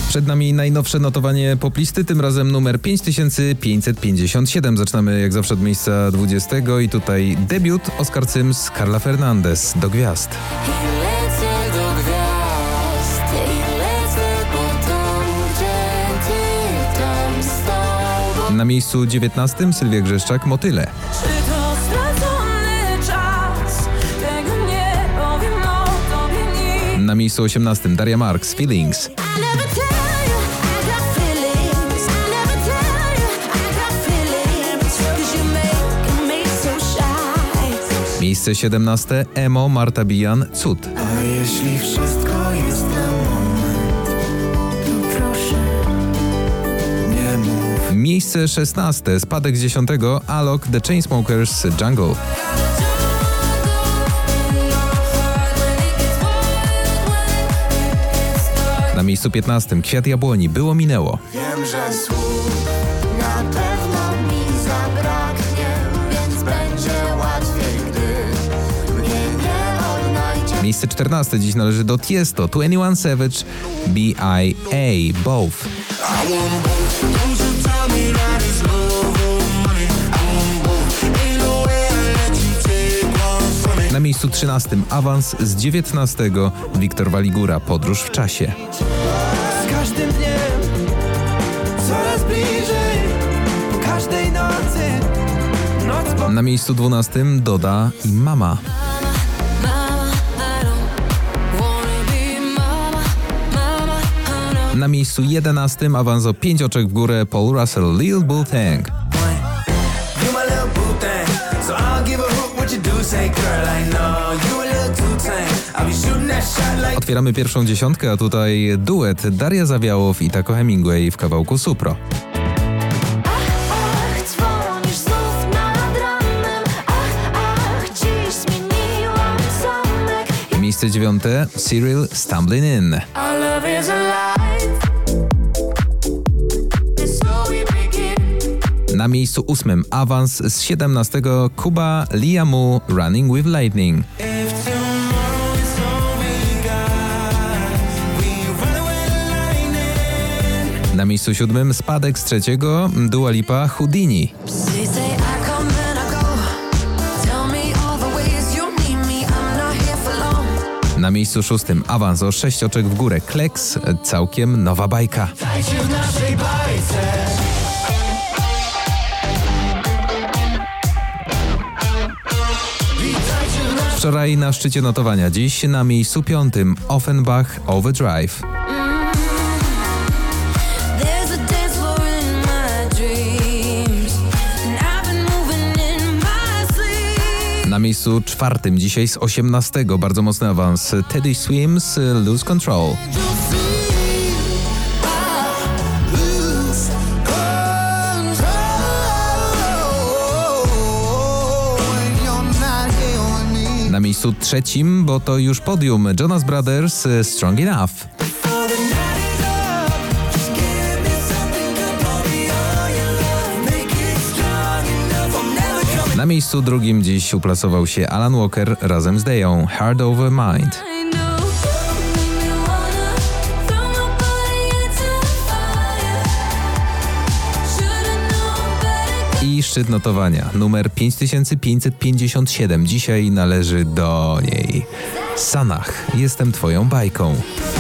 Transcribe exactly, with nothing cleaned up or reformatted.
Przed nami najnowsze notowanie poplisty, tym razem numer pięć tysięcy pięćset pięćdziesiąt siedem. Zaczynamy jak zawsze od miejsca dwudziestego i tutaj debiut Oscar Sims, Carla Fernandez, Do Gwiazd. Na miejscu dziewiętnastym Sylwia Grzeszczak, Motyle. Na miejscu osiemnastym Daria Marks, Feelings. Miejsce siedemnaste Emo, Marta Bijan, Cud. A jeśli wszystko jest na moment, to proszę, nie mów. Miejsce szesnaste, spadek z dziesiątego Alok, The Chainsmokers, Jungle. Na miejscu piętnastym Kwiat Jabłoni, Było minęło. Wiem, że słów na pewno mi zabraknie, więc będzie łatwiej, gdy mnie nie odnajdzie. Miejsce czternaste dziś należy do Tiesto, dwadzieścia jeden Savage, B I A, Both. Na miejscu trzynastym awans z dziewiętnastego Wiktor Waligura, Podróż w czasie. Z każdym dniem coraz bliżej, po każdej nocy, noc po... Na miejscu dwunastym Doda i Mama. Na miejscu jedenastym awans o pięć oczek w górę Paul Russell, Lil Boo Thang. Otwieramy pierwszą dziesiątkę, a tutaj duet Daria Zawiałow i Taco Hemingway w kawałku Supro. Ach, dzwonisz znów nad ranem, ach, ach, dziś zmieniłam zamek. Miejsce dziewiąte Cyril, Stumbling In. Our love is alive. It's so we begin. Na miejscu ósmym awans z siedemnastego Kuba, Liamu, Running with Lightning. Na miejscu siódmym spadek z trzeciego Dua Lipa, Houdini. Na miejscu szóstym awans o sześć oczek w górę Kleks, Całkiem nowa bajka. w naszej bajce. Wczoraj na szczycie notowania, dziś na miejscu piątym Offenbach, Overdrive. Na miejscu czwartym dzisiaj z osiemnastego bardzo mocny awans Teddy Swims, Lose Control. Na miejscu trzecim, bo to już podium, Jonas Brothers, Strong Enough. Na miejscu drugim dziś uplasował się Alan Walker razem z Deją, Hard Over Mind. I szczyt notowania, numer pięć tysięcy pięćset pięćdziesiąt siedem, dzisiaj należy do niej. Sanach, jestem twoją bajką.